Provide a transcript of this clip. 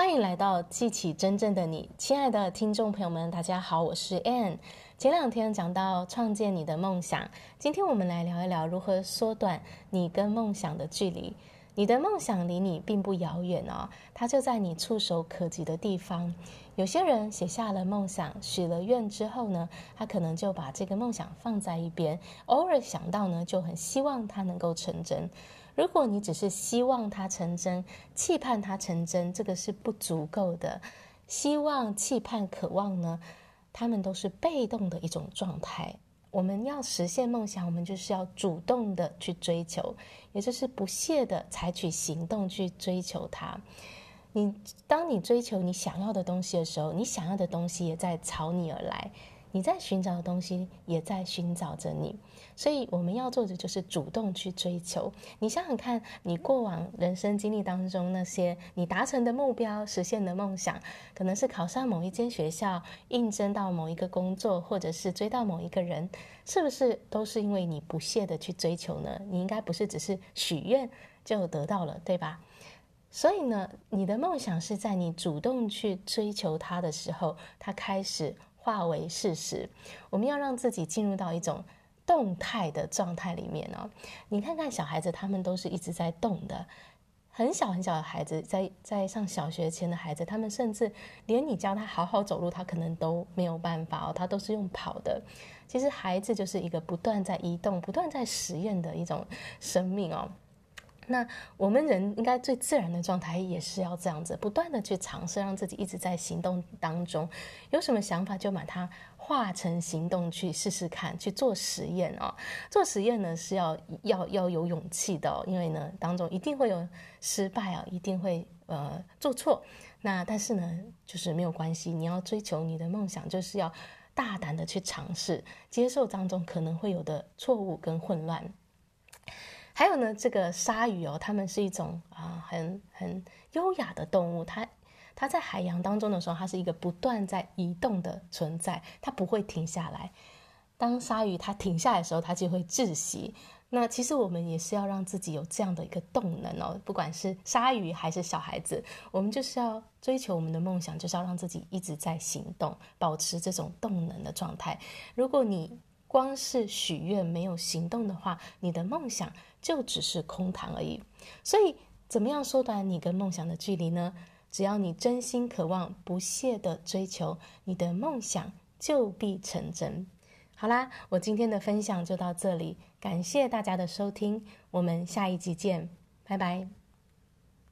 欢迎来到记起真正的你，亲爱的听众朋友们，大家好，我是 Ann。前2天讲到创建你的梦想，今天我们来聊一聊如何缩短你跟梦想的距离。你的梦想离你并不遥远哦，它就在你触手可及的地方。有些人写下了梦想，许了愿之后呢，他可能就把这个梦想放在一边，偶尔想到呢，就很希望它能够成真。如果你只是希望它成真，期盼它成真，这个是不足够的。希望、期盼、渴望呢，他们都是被动的一种状态。我们要实现梦想，我们就是要主动的去追求，也就是不懈的采取行动去追求它。当你追求你想要的东西的时候，你想要的东西也在朝你而来，你在寻找的东西也在寻找着你。所以我们要做的就是主动去追求。你想想看，你过往人生经历当中那些你达成的目标、实现的梦想，可能是考上某一间学校，应征到某一个工作，或者是追到某一个人，是不是都是因为你不懈的去追求呢？你应该不是只是许愿就得到了，对吧？所以呢，你的梦想是在你主动去追求它的时候，它开始化为事实。我们要让自己进入到一种动态的状态里面哦。你看看小孩子，他们都是一直在动的。很小很小的孩子，在上小学前的孩子，他们甚至连你教他好好走路，他可能都没有办法哦，他都是用跑的。其实孩子就是一个不断在移动、不断在实验的一种生命哦。那我们人应该最自然的状态也是要这样子，不断的去尝试，让自己一直在行动当中。有什么想法就把它化成行动去试试看，去做实验哦。做实验呢是要有勇气的哦，因为呢当中一定会有失败啊，一定会做错。那但是呢就是没有关系，你要追求你的梦想，就是要大胆的去尝试，接受当中可能会有的错误跟混乱。还有呢，这个鲨鱼哦，它们是一种很优雅的动物。它在海洋当中的时候，它是一个不断在移动的存在，它不会停下来。当鲨鱼它停下来的时候，它就会窒息。那其实我们也是要让自己有这样的一个动能哦，不管是鲨鱼还是小孩子，我们就是要追求我们的梦想，就是要让自己一直在行动，保持这种动能的状态。如果你光是许愿没有行动的话，你的梦想就只是空谈而已。所以怎么样缩短你跟梦想的距离呢？只要你真心渴望，不懈的追求，你的梦想就必成真。好啦，我今天的分享就到这里，感谢大家的收听，我们下一集见，拜拜。